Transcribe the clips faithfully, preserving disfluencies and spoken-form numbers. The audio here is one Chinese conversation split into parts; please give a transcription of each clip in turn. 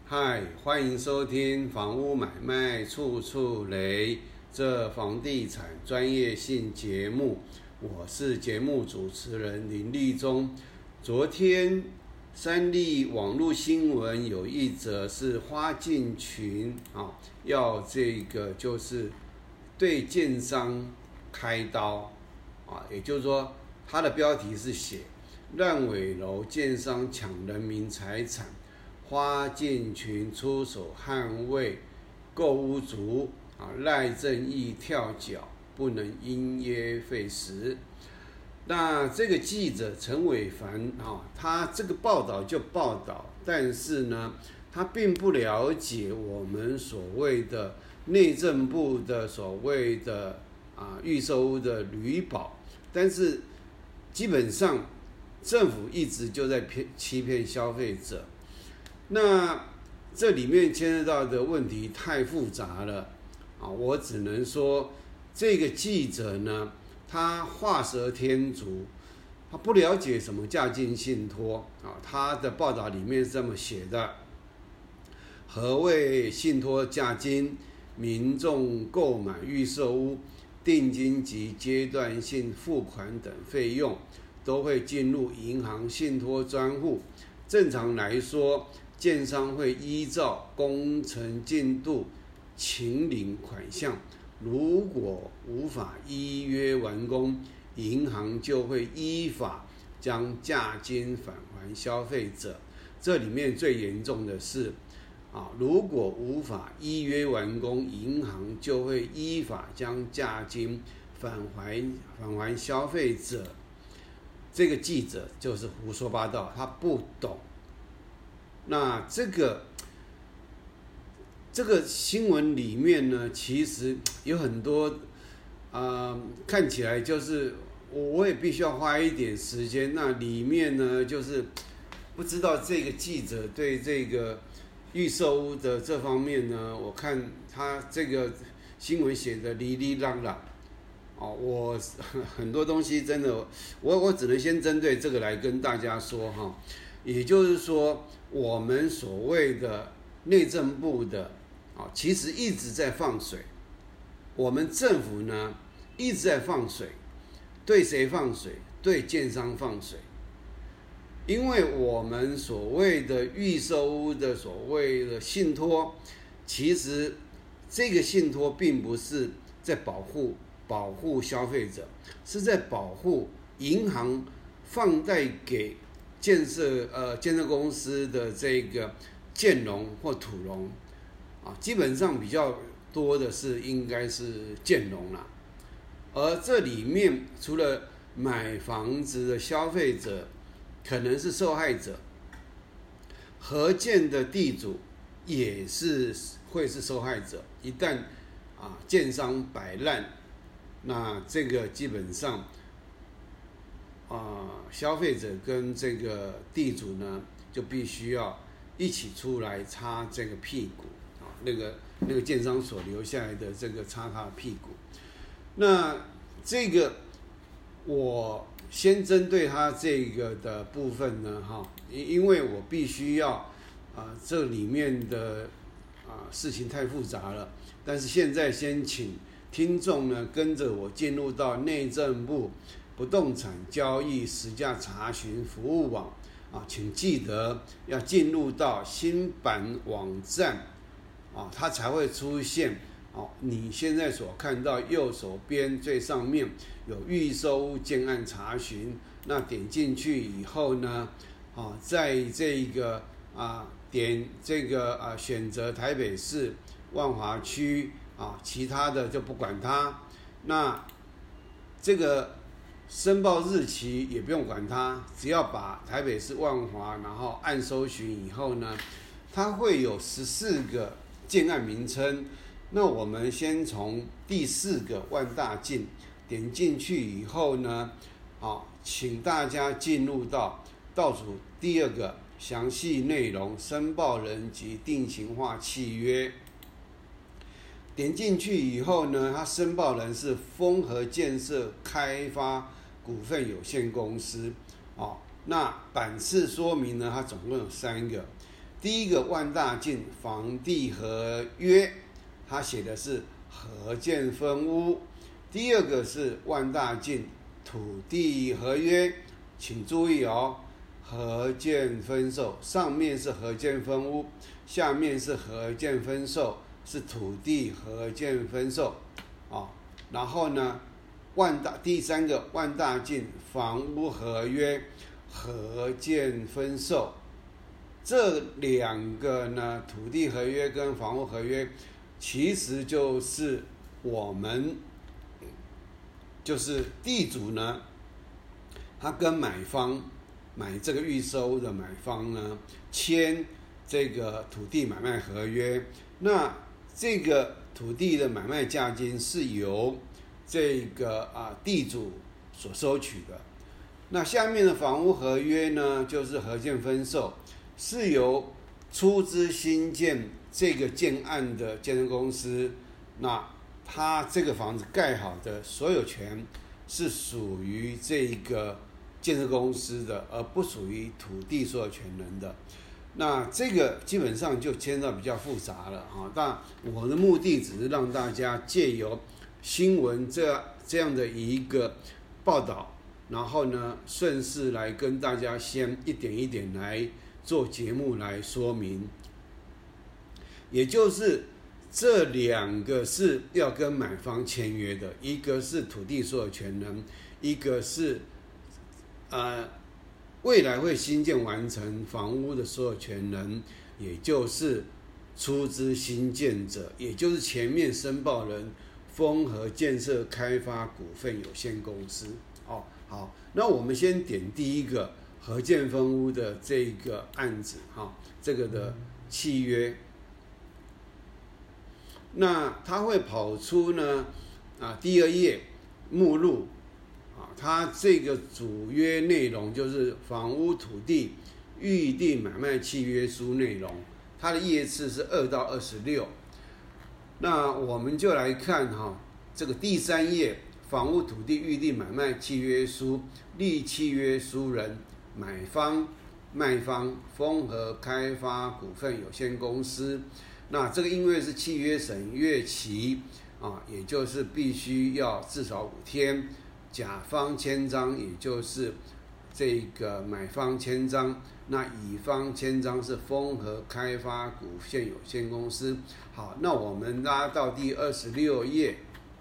嗨，欢迎收听房屋买卖处处雷这房地产专业性节目，我是节目主持人林立忠。昨天三立网络新闻有一则是花敬群啊，要这个就是对建商开刀啊，也就是说它的标题是写烂尾楼建商抢人民财产，花敬群出手捍卫购屋族啊，赖正义跳脚不能因噎废食。那这个记者陈伟凡啊，他这个报道就报道，但是呢，他并不了解我们所谓的内政部的所谓的啊预售屋的履保，但是基本上政府一直就在骗欺骗消费者。那这里面牵涉到的问题太复杂了啊，我只能说这个记者呢，他画蛇添足，他不了解什么价金信托啊。他的报道里面是这么写的：何谓信托价金？民众购买预售屋，定金及阶段性付款等费用都会进入银行信托专户。正常来说，建商会依照工程进度请领款项，如果无法依约完工，银行就会依法将价金返还消费者。这里面最严重的是啊，如果无法依约完工，银行就会依法将价金返还返还消费者。这个记者就是胡说八道，他不懂。那这个这个新闻里面呢，其实有很多，呃，看起来就是我也必须要花一点时间。那里面呢，就是不知道这个记者对这个预售屋的这方面呢，我看他这个新闻写的哩哩啷啷。哦，我很多东西真的，我我只能先针对这个来跟大家说哈。也就是说，我们所谓的内政部的啊，其实一直在放水。我们政府呢一直在放水，对谁放水？对建商放水。因为我们所谓的预售屋的所谓的信托，其实这个信托并不是在保护保护消费者，是在保护银行放贷给建设呃建设公司的这个建融或土融啊，基本上比较多的是应该是建融啦。而这里面除了买房子的消费者可能是受害者，合建的地主也是会是受害者。一旦啊建商摆烂，那这个基本上啊、呃，消费者跟这个地主呢，就必须要一起出来擦这个屁股啊，那个那个建商所留下来的这个擦他的屁股。那这个我先针对他这个的部分呢，哈，因因为我必须要啊、呃，这里面的啊、呃、事情太复杂了，但是现在先请听众呢跟着我进入到内政部不动产交易实价查询服务网啊，请记得要进入到新版网站啊，它才会出现哦。你现在所看到右手边最上面有预售屋建案查询，那点进去以后呢，啊，在这个啊点这个啊选择台北市万华区啊，其他的就不管它。那这个申报日期也不用管它，只要把台北市万华，然后按搜寻以后呢，它会有十四个建案名称。那我们先从第四个万大进点进去以后呢，啊，请大家进入到倒数第二个详细内容，申报人及定型化契约。点进去以后呢，它申报人是丰和建设开发股份有限公司，哦，那版次说明呢，它总共有三个。 第一个万大进房地合约，它写的是合建分屋；第二个是万大进土地合约，请注意哦，合建分售，上面是合建分屋，下面是合建分售，是土地合建分售啊。然后呢，万大第三个万大进房屋合约，合建分售。这两个呢，土地合约跟房屋合约，其实就是我们就是地主呢，他跟买方买这个预收的买方呢签这个土地买卖合约，那这个土地的买卖价金是由这个啊地主所收取的。那下面的房屋合约呢，就是合建分售，是由出资新建这个建案的建设公司，那他这个房子盖好的所有权是属于这个建设公司的，而不属于土地所有权人的。那这个基本上就牵到比较复杂了哈。但我的目的只是让大家借由新闻这这样的一个报道，然后呢顺势来跟大家先一点一点来做节目来说明。也就是这两个是要跟买方签约的，一个是土地所有权人，一个是呃未来会新建完成房屋的所有权人，也就是出资新建者，也就是前面申报人丰和建设开发股份有限公司。哦，好，那我们先点第一个合建分屋的这个案子哈、哦，这个的契约。那它会跑出呢啊第二页目录啊，它这个主约内容就是房屋土地预定买卖契约书内容，它的页次是二到二十六。那我们就来看哈、啊，这个第三页房屋土地预定买卖契约书，立契约书人买方卖方丰和开发股份有限公司。那这个因为是契约审阅期啊，也就是必须要至少五天，甲方签章，也就是这个买方签章，那乙方签章是丰和开发股份有限公司。好，那我们拉到第二十六页。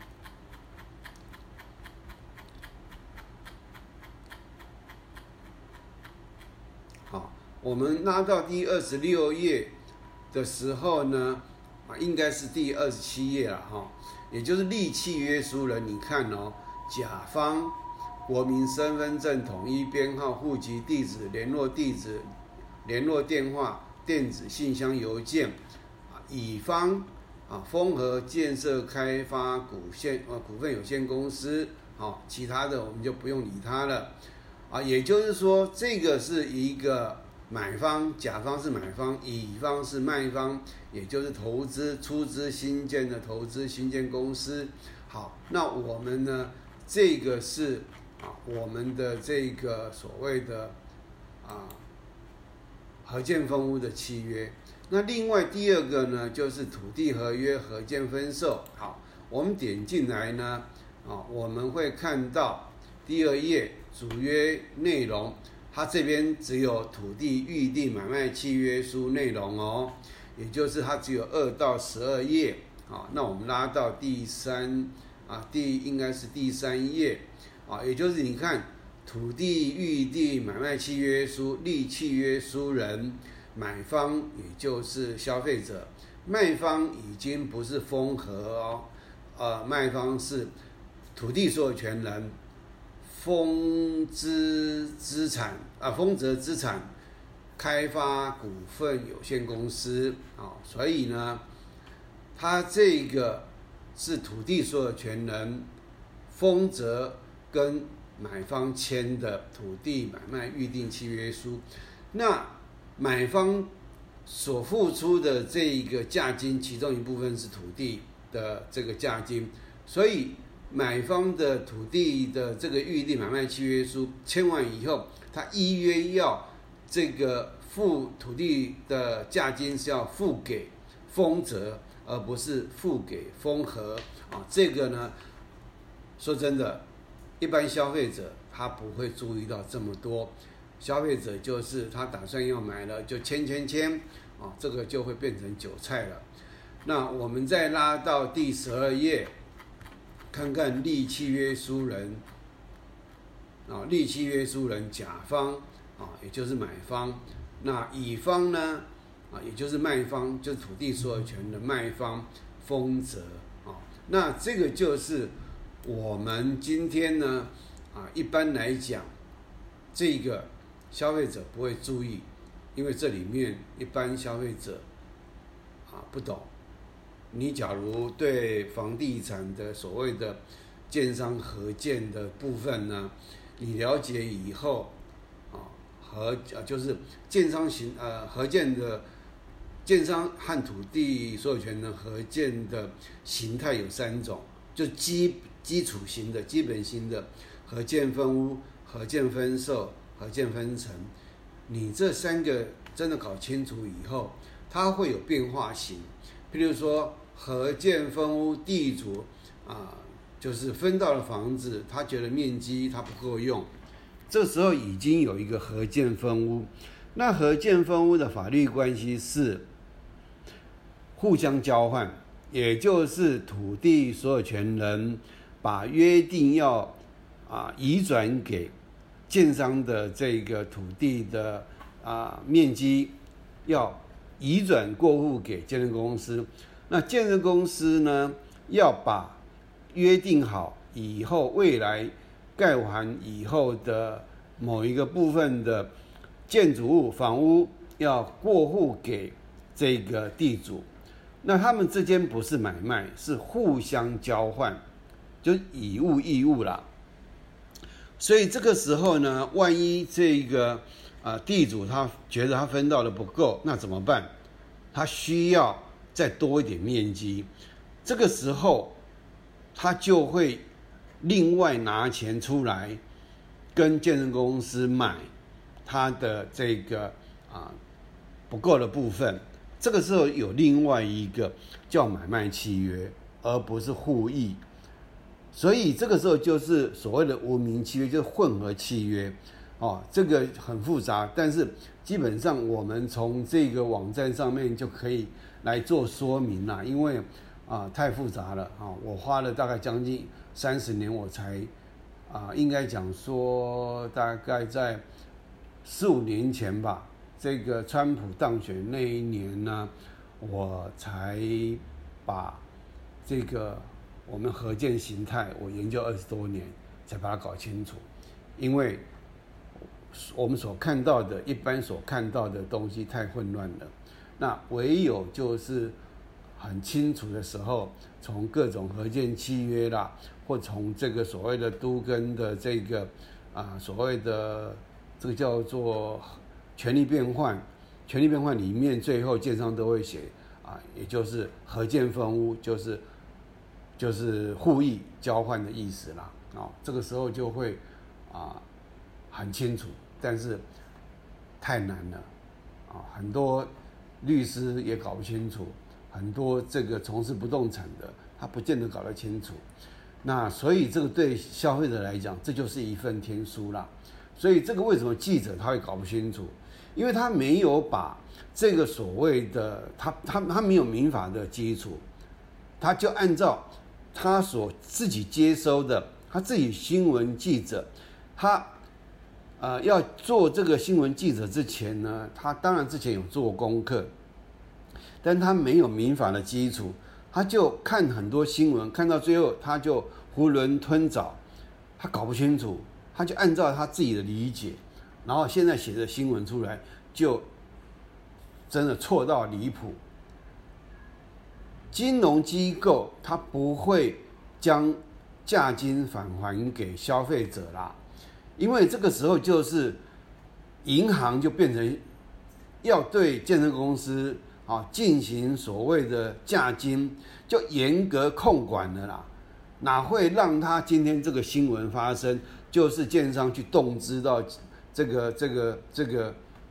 好，我们拉到第二十六页的时候呢，啊，应该是第二十七页了哈，也就是立契约书人。你看哦，甲方国民身份证统一编号、户籍地址、联络地址、联络电话、电子信箱、邮件。乙方啊，丰和建设开发股限呃股份有限公司。好，其他的我们就不用理它了。啊，也就是说，这个是一个买方，甲方是买方，乙方是卖方，也就是投资出资新建的投资新建公司。好，那我们呢，这个是啊我们的这个所谓的啊合建分屋的契约。那另外第二个呢，就是土地合约合建分售。好，我们点进来呢，啊我们会看到第二页主约内容。它这边只有土地预定买卖契约书内容哦，也就是它只有二到十二页啊。那我们拉到第三啊，第应该是第三页啊，也就是你看土地预定买卖契约书，立契约书人买方也就是消费者，卖方已经不是丰和哦，呃，卖方是土地所有权人。丰资资产啊，丰泽资产开发股份有限公司啊，所以呢，它这个是土地所有权人丰泽跟买方签的土地买卖预定契约书。那买方所付出的这一个价金，其中一部分是土地的这个价金，所以买方的土地的这个预定买卖契约书签完以后，他依约要这个付土地的价金是要付给丰泽，而不是付给丰和啊。这个呢，说真的，一般消费者他不会注意到这么多。消费者就是他打算要买了就签签签啊，这个就会变成韭菜了。那我们再拉到第十二页，看看立契约书人啊，立契约书人甲方啊，也就是买方。那乙方呢啊，也就是卖方，就是土地所有权的卖方丰泽啊。那这个就是我们今天呢啊，一般来讲，这个消费者不会注意，因为这里面一般消费者啊不懂。你假如对房地产的所谓的建商合建的部分呢，你了解以后啊，和就是建商型呃合建的建商和土地所有权的合建的形态有三种，就基基础型的、基本型的合建分屋、合建分售、合建分成。你这三个真的搞清楚以后，它会有变化型。譬如说合建分屋，地主啊，就是分到了房子，他觉得面积他不够用，这时候已经有一个合建分屋。那合建分屋的法律关系是互相交换，也就是土地所有权人把约定要啊移转给建商的这个土地的啊面积要移转过户给建设公司。那建设公司呢，要把约定好以后未来盖完以后的某一个部分的建筑物房屋要过户给这个地主。那他们之间不是买卖，是互相交换，就以物易物啦。所以这个时候呢，万一这个啊地主他觉得他分到的不够，那怎么办？他需要再多一点面积，这个时候他就会另外拿钱出来跟建设公司买他的这个啊不够的部分。这个时候有另外一个叫买卖契约，而不是互议。所以这个时候就是所谓的无名契约，就是混合契约哦，这个很复杂，但是基本上我们从这个网站上面就可以来做说明啦，因为啊太复杂了啊，我花了大概将近三十年，我才啊应该讲说大概在四五年前吧，这个川普当选那一年呢，我才把这个我们合建形态我研究二十多年才把它搞清楚，因为我们所看到的一般所看到的东西太混乱了，那唯有就是很清楚的时候，从各种合建契约啦，或从这个所谓的都更的这个啊所谓的这个叫做权利变换，权利变换里面最后建商都会写啊，也就是合建分屋，就是就是互益交换的意思啦。哦，这个时候就会啊很清楚，但是太难了啊，很多律师也搞不清楚，很多这个从事不动产的他不见得搞得清楚。那所以这个对消费者来讲，这就是一份天书啦。所以这个为什么记者他会搞不清楚？因为他没有把这个所谓的他他他没有民法的基础，他就按照他所自己接收的，他自己新闻记者，他呃要做这个新闻记者之前呢，他当然之前有做功课，但他没有民法的基础，他就看很多新闻，看到最后他就囫囵吞枣，他搞不清楚，他就按照他自己的理解，然后现在写的新闻出来就真的错到离谱。金融机构它不会将价金返还给消费者啦，因为这个时候就是银行就变成要对建设公司啊进行所谓的价金，就严格控管了啦，哪会让他今天这个新闻发生，就是建商去动资到这个这个这个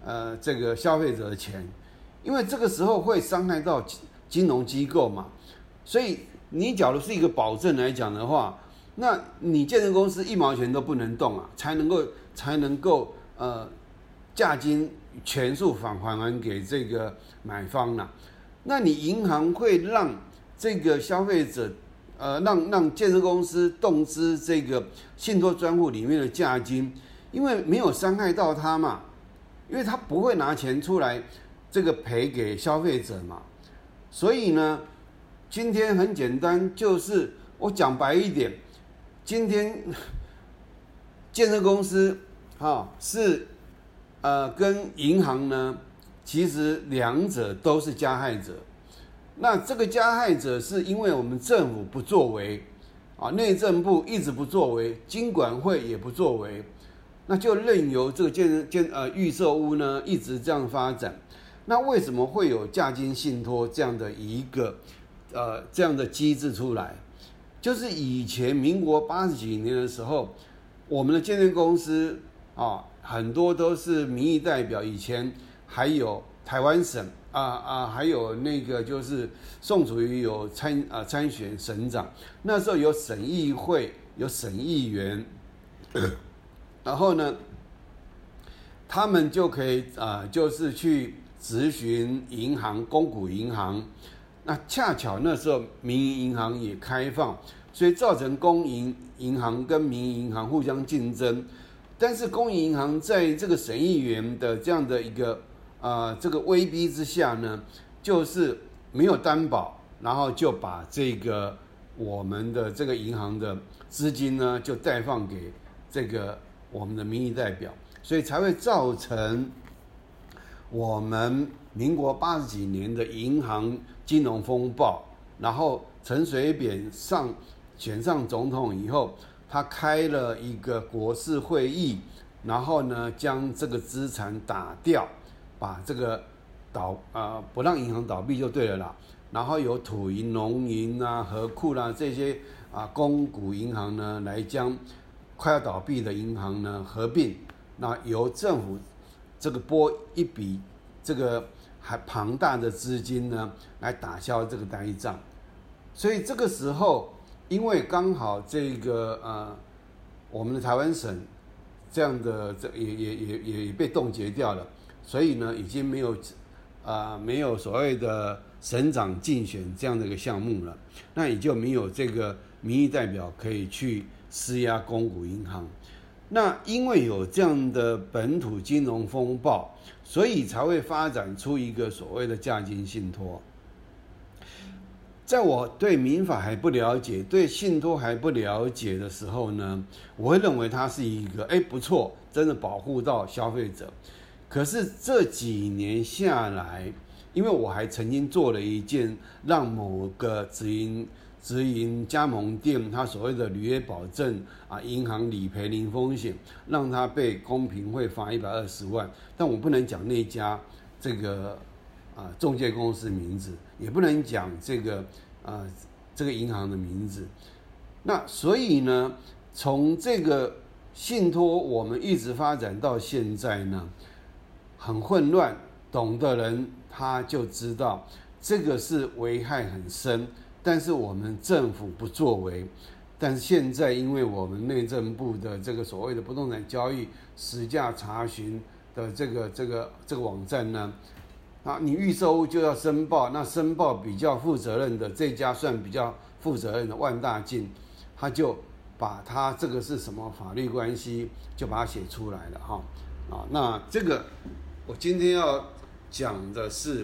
呃这个消费者的钱，因为这个时候会伤害到金融机构嘛。所以你假如是一个保证来讲的话，那你建设公司一毛钱都不能动啊，才能够才能够呃价金全数返还给这个买方啦。那你银行会让这个消费者呃让让建设公司动支这个信托专户里面的价金，因为没有伤害到他嘛，因为他不会拿钱出来这个赔给消费者嘛。所以呢，今天很简单，就是我讲白一点，今天建设公司啊、哦、是呃跟银行呢，其实两者都是加害者。那这个加害者是因为我们政府不作为啊，内政部一直不作为，金管会也不作为，那就任由这个建建呃预售屋呢一直这样发展。那为什么会有价金信托这样的一个呃这样的机制出来？就是以前民国八十几年的时候，我们的建设公司啊，很多都是民意代表，以前还有台湾省啊啊，还有那个就是宋楚瑜有参啊参选省长，那时候有省议会，有省议员，然后呢，他们就可以啊，就是去质询银行、公股银行。那恰巧那时候民营银行也开放，所以造成公营银行跟民营银行互相竞争。但是公营银行在这个审议员的这样的一个呃这个威逼之下呢，就是没有担保，然后就把这个我们的这个银行的资金呢就贷放给这个我们的民意代表，所以才会造成我们民国八十几年的银行金融风暴。然后陈水扁上选上总统以后，他开了一个国是会议，然后呢将这个资产打掉，把这个倒呃不让银行倒闭就对了啦。然后有土银、农银啊、和库啦这些啊公股银行呢，来将快要倒闭的银行呢合并，那由政府这个拨一笔这个还庞大的资金呢来打消这个呆账。所以这个时候，因为刚好这个呃我们的台湾省这样的这也也也也被冻结掉了，所以呢已经没有啊、呃、没有所谓的省长竞选这样的一个项目了，那也就没有这个民意代表可以去施压公股银行。那因为有这样的本土金融风暴，所以才会发展出一个所谓的价金信托。在我对民法还不了解，对信托还不了解的时候呢，我会认为它是一个哎不错，真的保护到消费者。可是这几年下来，因为我还曾经做了一件让某个直营直营加盟店，他所谓的履约保证啊，银行理赔零风险，让他被公平会罚一百二十万，但我不能讲那家这个啊中介公司名字，也不能讲这个啊这个银行的名字。那所以呢，从这个信托我们一直发展到现在呢，很混乱，懂的人他就知道这个是危害很深。但是我们政府不作为，但是现在因为我们内政部的这个所谓的不动产交易实价查询的这个这个这个网站呢，啊，你预售屋就要申报，那申报比较负责任的这家算比较负责任的万大进，他就把他这个是什么法律关系就把它写出来了哈啊，那这个我今天要讲的是，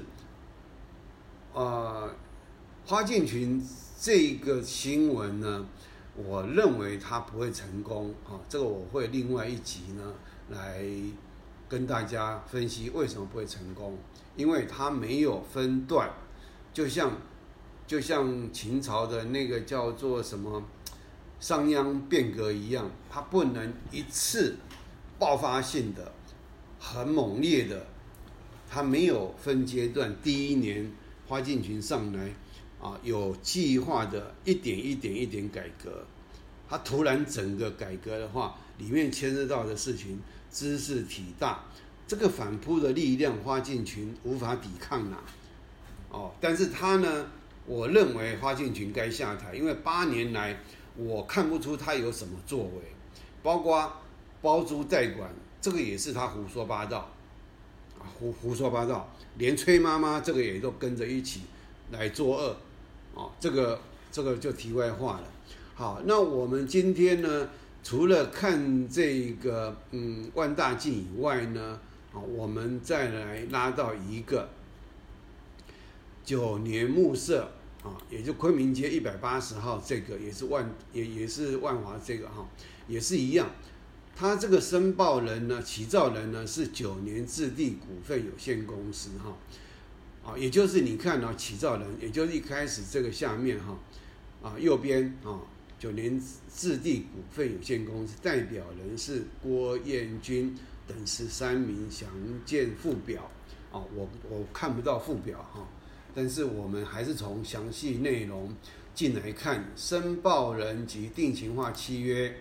呃。花敬群这个新闻呢，我认为他不会成功啊，这个我会另外一集呢来跟大家分析为什么不会成功，因为他没有分段，就像就像秦朝的那个叫做什么商鞅变革一样，他不能一次爆发性的、很猛烈的，他没有分阶段，第一年花敬群上来。啊，有计划的一点一点一点改革，他突然整个改革的话，里面牵涉到的事情知识体大， 这个反扑的力量，花敬群无法抵抗啦。哦，但是他呢，我认为花敬群该下台，因为八年来我看不出他有什么作为，包括包租代管，这个也是他胡说八道，啊胡胡说八道，连崔妈妈这个也都跟着一起来作恶，哦，这个这个就题外话了。好，那我们今天呢，除了看这个嗯万大镜以外呢，啊，我们再来拉到一个九年木色啊，也就昆明街一百八十号，这个也是万也也是万华这个哈，也是一样。他这个申报人呢，起造人呢是九年置地股份有限公司哈，啊，也就是你看啊，起造人，也就是一开始这个下面哈，啊右边啊，九年置地股份有限公司代表人是郭彦军等十三名，详见附表啊，我我看不到附表哈。但是我们还是从详细内容进来看，申报人及定型化契约，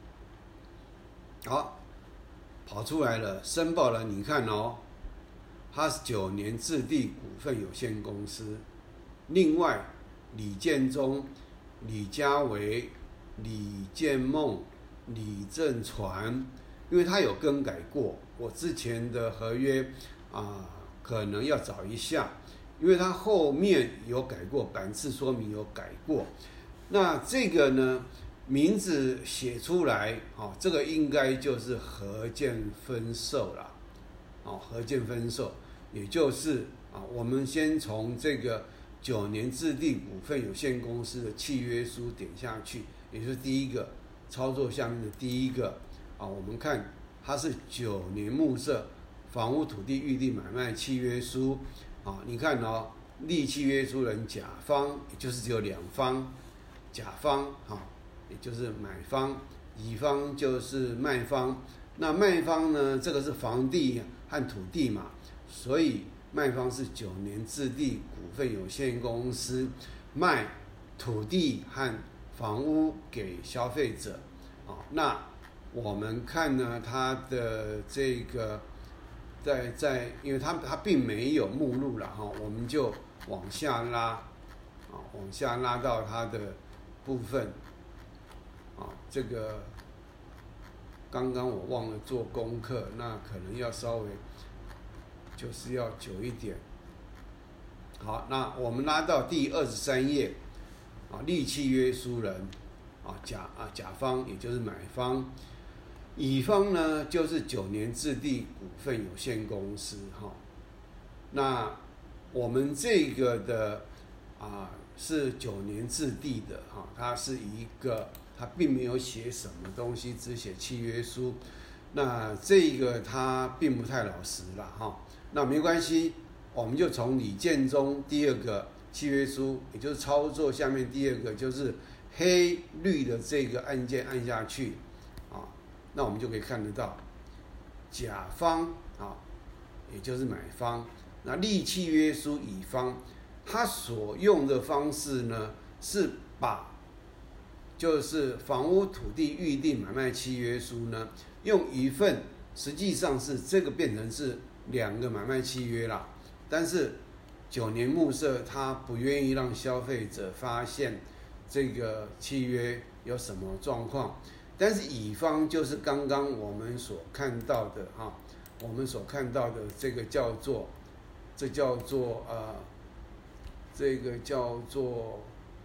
好，跑出来了。申报人，你看哦，他是九年置地股份有限公司。另外，李建忠、李家维、李建梦、李正传，因为他有更改过，我之前的合约啊，可能要找一下。因为它后面有改过，版次说明有改过，那这个呢，名字写出来，哦，这个应该就是合建分售啦，哦，合建分售，也就是啊，我们先从这个九年置地股份有限公司的契约书点下去，也就是第一个操作下面的第一个啊，我们看它是九年木色房屋土地预定买卖契约书。啊，你看哦，立契约书人甲方，也就是只有两方，甲方啊，也就是买方，乙方就是卖方。那卖方呢，这个是房地和土地嘛，所以卖方是九年置地股份有限公司，卖土地和房屋给消费者。啊，那我们看呢，它的这个。在在，因为它它并没有目录了哈，我们就往下拉，啊，往下拉到它的部分，啊，这个刚刚我忘了做功课，那可能要稍微就是要久一点。好，那我们拉到第二十三页，啊，立契约书人，啊甲啊甲方也就是买方。乙方呢，就是九年置地股份有限公司哈。那我们这个的啊是九年置地的哈，它是一个，它并没有写什么东西，只写契约书。那这个它并不太老实了哈。那没关系，我们就从李建忠第二个契约书，也就是操作下面第二个就是黑绿的这个按键按下去。那我们就可以看得到，甲方啊，也就是买方，那立契约书乙方，他所用的方式呢，是把就是房屋土地预定买卖契约书呢，用一份，实际上是这个变成是两个买卖契约啦，但是九年木色他不愿意让消费者发现这个契约有什么状况。但是乙方就是刚刚我们所看到的哈，我们所看到的这个叫做，这叫做呃，这个叫做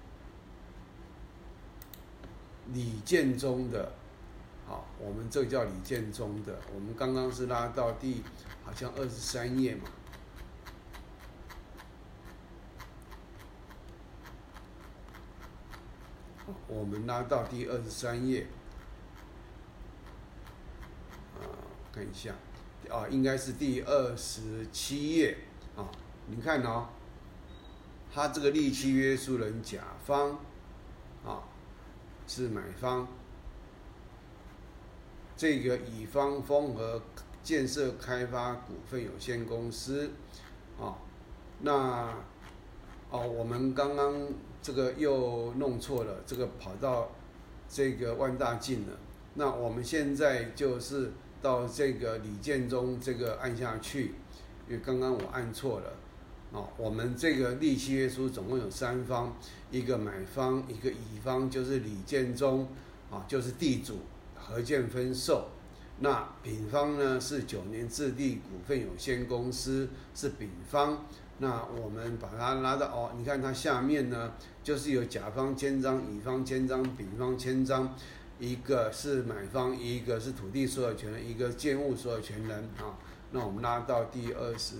李建忠的，好，我们这个叫李建忠的，我们刚刚是拉到第好像二十三页嘛，我们拉到第二十三页。看一下，啊，应该是第二十七页啊。你看哦，他这个立契约书人甲方，啊，是买方。这个乙方丰和建设开发股份有限公司，啊，那哦，我们刚刚这个又弄错了，这个跑到这个万大进了。那我们现在就是到这个李建中这个按下去，因为刚刚我按错了。哦，我们这个立契约书总共有三方，一个买方，一个乙方，就是李建中，啊，就是地主，合建分售。那丙方呢是九年置地股份有限公司，是丙方。那我们把它拉到哦，你看它下面呢，就是有甲方签章、乙方签章、丙方签章，一个是买方，一个是土地所有权人，一个建物所有权人啊。那我们拉到第二十。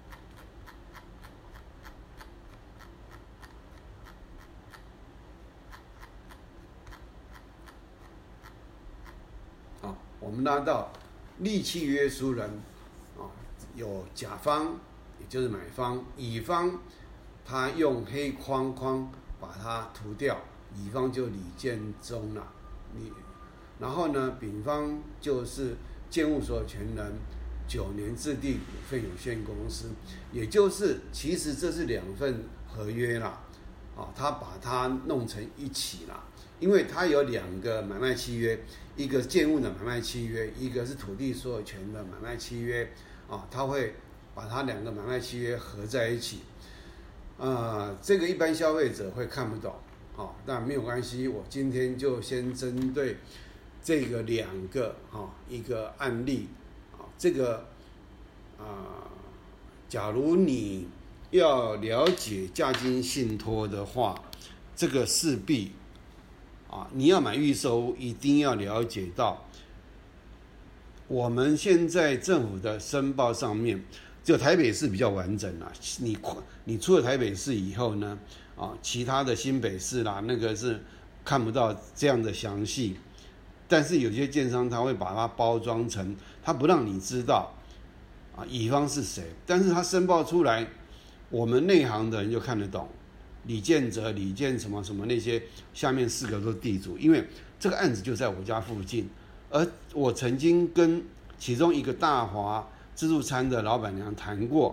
我们拉到立契约书人，啊，有甲方，也就是买方，乙方，他用黑框框把它涂掉，乙方就李建中了，你，然后呢，丙方就是建物所有权人，九年置地股份有限公司，也就是其实这是两份合约啦，啊，他把它弄成一起啦。因为它有两个买卖契约，一个建物的买卖契约，一个是土地所有权的买卖契约，啊，它会把它两个买卖契约合在一起，啊，这个一般消费者会看不懂，啊，但没有关系，我今天就先针对这个两个啊一个案例，啊，这个啊，假如你要了解价金信托的话，这个势必。啊，你要买预售屋，一定要了解到，我们现在政府的申报上面，只有台北市比较完整啦。你你出了台北市以后呢，啊，其他的新北市啦，那个是看不到这样的详细。但是有些建商他会把它包装成，他不让你知道，啊，乙方是谁，但是他申报出来，我们内行的人就看得懂。李建哲、李建什么什么那些，下面四个都是地主，因为这个案子就在我家附近，而我曾经跟其中一个大华自助餐的老板娘谈过，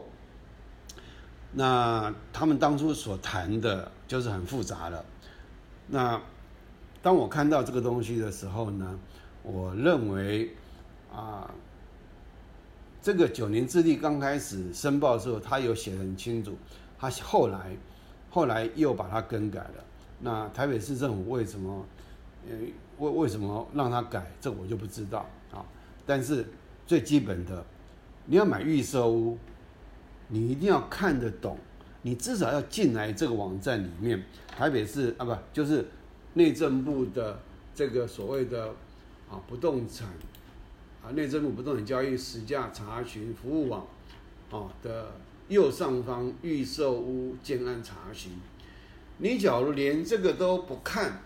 那他们当初所谈的就是很复杂了。那当我看到这个东西的时候呢，我认为啊，这个九年置地刚开始申报的时候，他有写得很清楚，他后来。后来又把它更改了。那台北市政府为什么，呃，为为什么让它改？这我就不知道啊。但是最基本的，你要买预售屋，你一定要看得懂，你至少要进来这个网站里面。台北市啊，不就是内政部的这个所谓的啊不动产啊内政部不动产交易实价查询服务网啊的。右上方预售屋建案查询，你假如连这个都不看，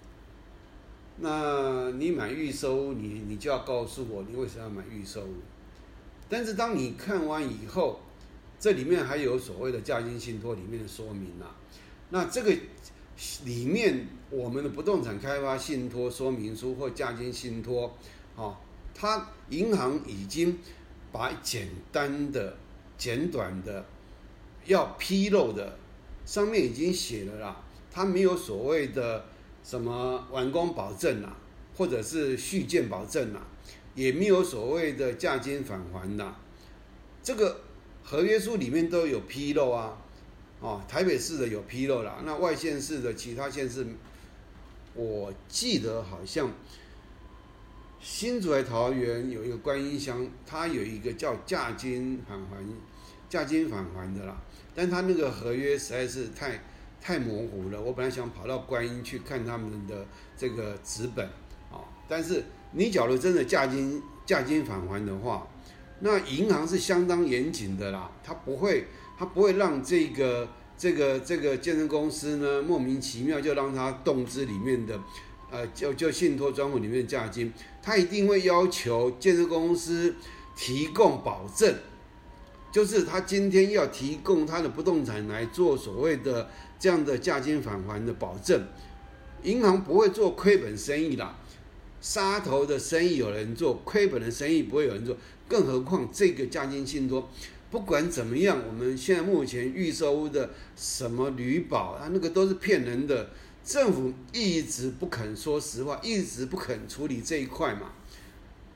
那你买预售屋，你你就要告诉我你为什么要买预售屋。但是当你看完以后，这里面还有所谓的价金信托里面的说明啊，那这个里面我们的不动产开发信托说明书或价金信托，啊，它银行已经把简单的。简短的要披露的，上面已经写了啦，它没有所谓的什么完工保证啦，或者是续建保证啦，也没有所谓的价金返还啦，这个合约书里面都有披露啊，哦，台北市的有披露啦，那外县市的其他县市，我记得好像。新竹来桃园有一个观音乡，它有一个叫价金返还、价金返还的啦，但它那个合约实在是太太模糊了。我本来想跑到观音去看他们的这个纸本啊，但是你假如真的价金价金返还的话，那银行是相当严谨的啦，它不会它不会让这个这个这个建设公司呢莫名其妙就让它动支里面的。呃，就就信托专户里面的价金，他一定会要求建设公司提供保证，就是他今天要提供他的不动产来做所谓的这样的价金返还的保证。银行不会做亏本生意啦，杀头的生意有人做，亏本的生意不会有人做，更何况这个价金信托，不管怎么样，我们现在目前预售屋的什么履保啊，那个都是骗人的。政府一直不肯说实话，一直不肯处理这一块嘛。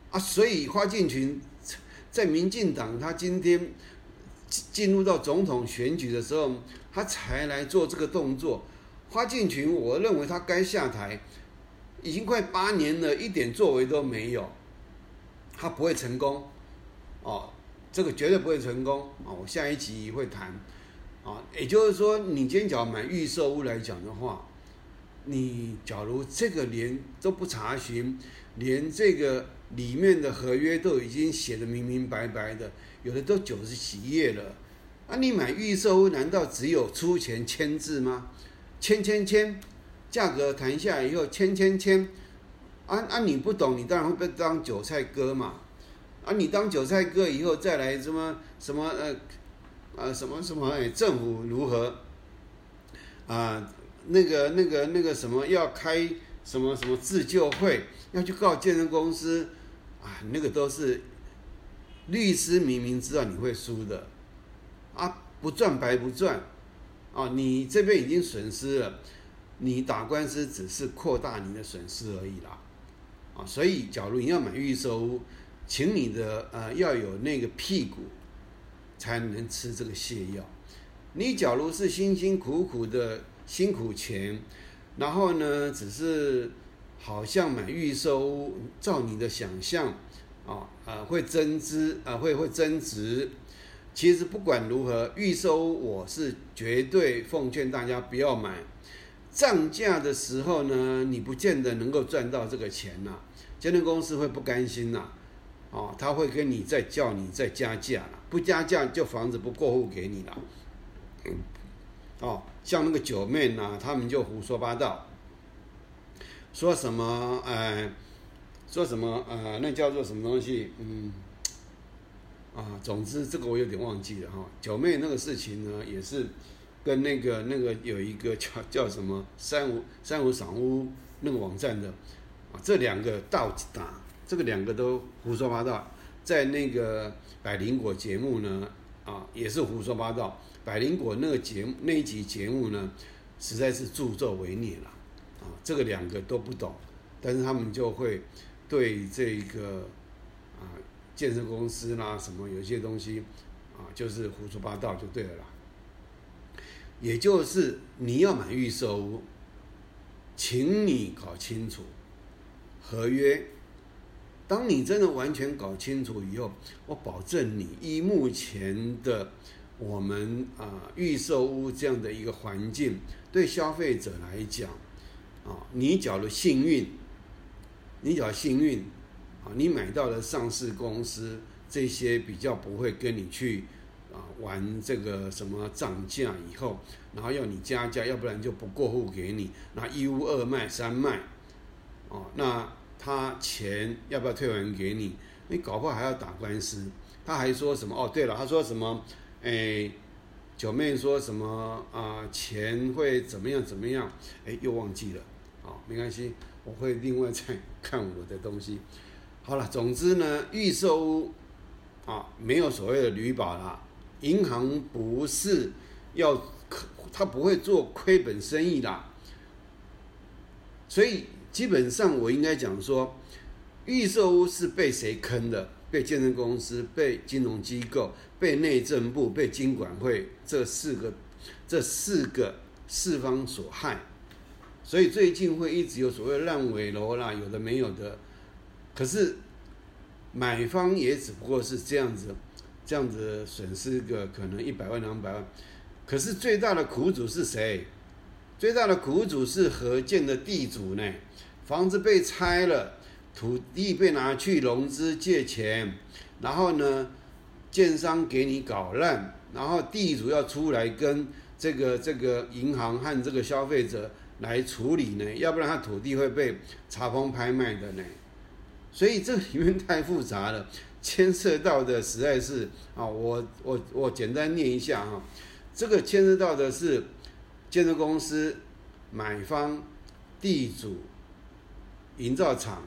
啊，所以花敬群在民进党他今天进入到总统选举的时候，他才来做这个动作。花敬群，我认为他该下台，已经快八年了，一点作为都没有，他不会成功，哦，这个绝对不会成功啊！我下一集会谈，啊，也就是说，你今天假如买预售屋来讲的话，你假如这个连都不查询，连这个里面的合约都已经写得明明白白的，有的都九十几页了，啊，你买预售屋难道只有出钱签字吗？签签签，价格谈下来以后签签签，啊啊，你不懂，你当然会被当韭菜割嘛，啊，你当韭菜割以后再来什么什么呃呃什么什么哎，政府如何啊？那个、那个、那个什么要开什么什么自救会，要去告健身公司，啊，那个都是律师明明知道你会输的，啊，不赚白不赚，啊，你这边已经损失了，你打官司只是扩大你的损失而已啦，啊，所以假如你要买预售屋，请你的呃要有那个屁股，才能吃这个泻药。你假如是辛辛苦苦的辛苦钱，然后呢，只是好像买预售屋，照你的想象，啊呃会增资啊、呃、会会增值。其实不管如何，预售屋我是绝对奉劝大家不要买。涨价的时候呢，你不见得能够赚到这个钱呐、啊，建设公司会不甘心呐、啊，哦，他会跟你再叫你再加价了，不加价就房子不过户给你了。嗯哦，像那个九妹呐，他们就胡说八道，说什么呃，说什么呃，那叫做什么东西？嗯，啊，总之这个我有点忘记了哈。九妹那个事情呢，也是跟那个那个有一个叫叫什么三五三五赏屋那个网站的啊，这两个倒打，这个两个都胡说八道，在那个百灵果节目呢啊，也是胡说八道。百灵果那个节目那一集节目呢，实在是助纣为虐了啊！这个两个都不懂，但是他们就会对这个啊健身公司啦什么有些东西啊，就是胡说八道就对了啦。也就是你要买预售屋，请你搞清楚合约。当你真的完全搞清楚以后，我保证你，依目前的我们啊预售屋这样的一个环境，对消费者来讲，啊，你假如幸运，你假如幸运，啊，你买到了上市公司，这些比较不会跟你去啊玩这个什么涨价以后，然后要你加价，要不然就不过户给你，那一屋二卖三卖，哦，那他钱要不要退还给你？你搞不好还要打官司。他还说什么？哦，对了，他说什么？哎，九妹说什么啊？钱会怎么样怎么样？哎，又忘记了。好，没关系，我会另外再看我的东西。好了，总之呢，预售屋啊，没有所谓的履保啦。银行不是要，他不会做亏本生意啦。所以基本上我应该讲说，预售屋是被谁坑的？被健身公司、被金融机构、被内政部、被金管会这四个这四个四方所害，所以最近会一直有所谓烂尾楼啦，有的没有的。可是买方也只不过是这样子，这样子损失个可能一百万、两百万。可是最大的苦主是谁？最大的苦主是合建的地主呢？房子被拆了。土地被拿去融资借钱，然后呢，建商给你搞烂，然后地主要出来跟这个这个银行和这个消费者来处理呢，要不然他土地会被查封拍卖的呢。所以这里面太复杂了，牵涉到的实在是啊，我我我简单念一下哈，这个牵涉到的是建设公司、买方、地主、营造厂。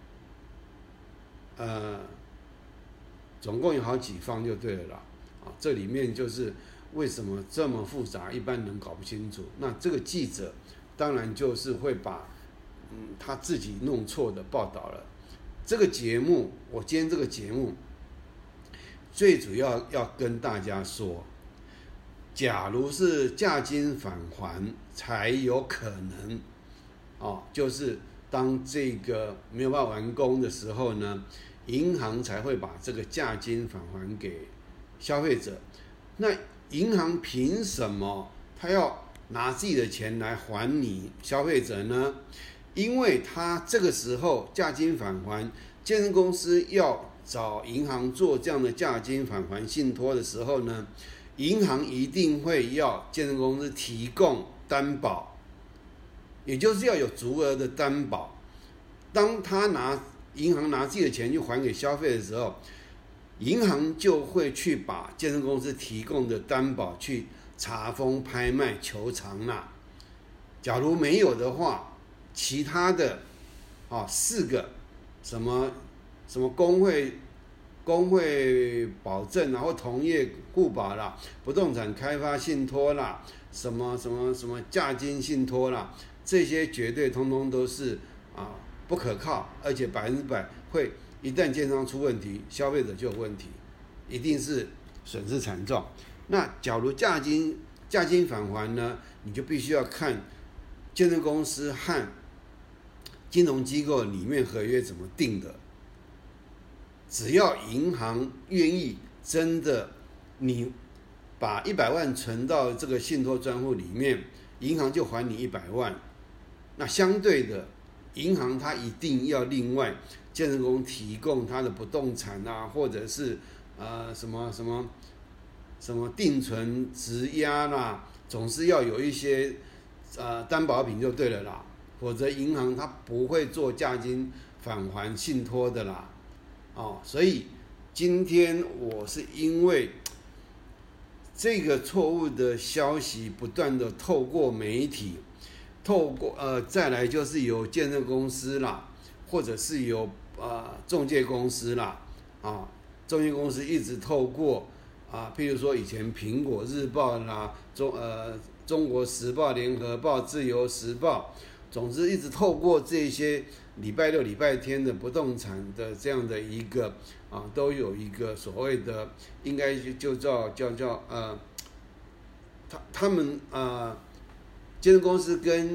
呃，总共有好几方就对了啦，啊，这里面就是为什么这么复杂，一般人搞不清楚。那这个记者当然就是会把嗯他自己弄错的报道了， 这个节目，我今天这个节目最主要要跟大家说，假如是价金返还才有可能，哦，就是当这个没有办法完工的时候呢，银行才会把这个价金返还给消费者。那银行凭什么他要拿自己的钱来还你消费者呢？因为他这个时候价金返还，健身公司要找银行做这样的价金返还信托的时候呢，银行一定会要健身公司提供担保，也就是要有足额的担保。当他拿银行拿自己的钱去还给消费的时候，银行就会去把健身公司提供的担保去查封、拍卖、求偿啦。假如没有的话，其他的啊四个什么什么工会、工会保证，然后同业固保啦、不动产开发信托啦、什么什么什么价金信托啦，这些绝对通通都是啊不可靠，而且百分之百会。一旦建商出问题，消费者就有问题，一定是损失惨重。那假如价金价金返还呢，你就必须要看健身公司和金融机构里面合约怎么定的。只要银行愿意真的，你把一百万存到这个信托专户里面，银行就还你一百万。那相对的，银行它一定要另外健身公司提供它的不动产啊，或者是呃什么什么什么定存质押啦，总是要有一些呃担保品就对了啦，否则银行它不会做价金返还信托的啦。哦，所以今天我是因为这个错误的消息不断的透过媒体，透过呃再来就是有健身公司啦，或者是有呃中介公司啦，啊，中介公司一直透过啊，譬如说以前苹果日报啦，中呃中国时报、联合报、自由时报，总之一直透过这些礼拜六、礼拜天的不动产的这样的一个啊，都有一个所谓的，应该就叫叫叫呃，他他们呃，健身公司跟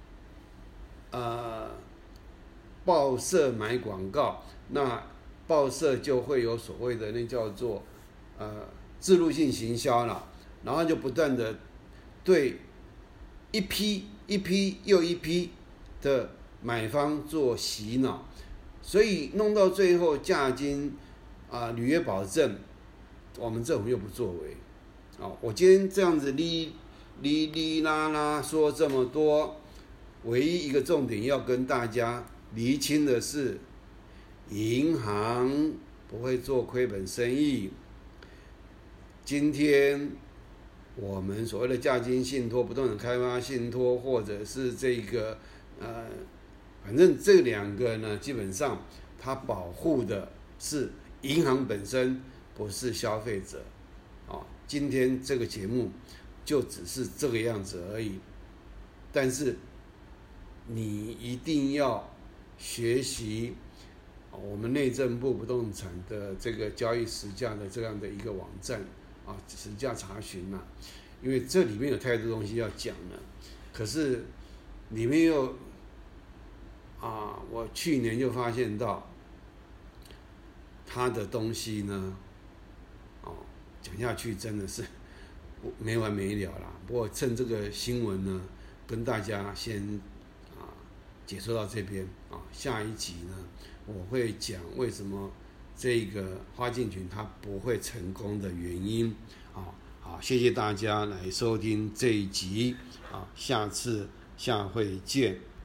呃报社买广告，那报社就会有所谓的那叫做呃置入性行销啦，然后就不断的对一批一批又一批的买方做洗脑，所以弄到最后价金啊、呃、履约保证，我们政府又不作为。哦，我今天这样子哩哩哩啦啦说这么多，唯一一个重点要跟大家厘清的是，银行不会做亏本生意。今天我们所谓的价金信托、不动产开发信托，或者是这个呃，反正这两个呢，基本上它保护的是银行本身，不是消费者。哦，今天这个节目就只是这个样子而已，但是你一定要学习我们内政部不动产的这个交易实价的这样的一个网站啊，实价查询啊，因为这里面有太多东西要讲了。可是里面又啊，我去年就发现到他的东西呢，哦，讲下去真的是没完没了啦。不过趁这个新闻呢，跟大家先啊解说到这边啊，下一集呢，我会讲为什么这个花敬群它不会成功的原因啊。好，谢谢大家来收听这一集啊，下次下回见。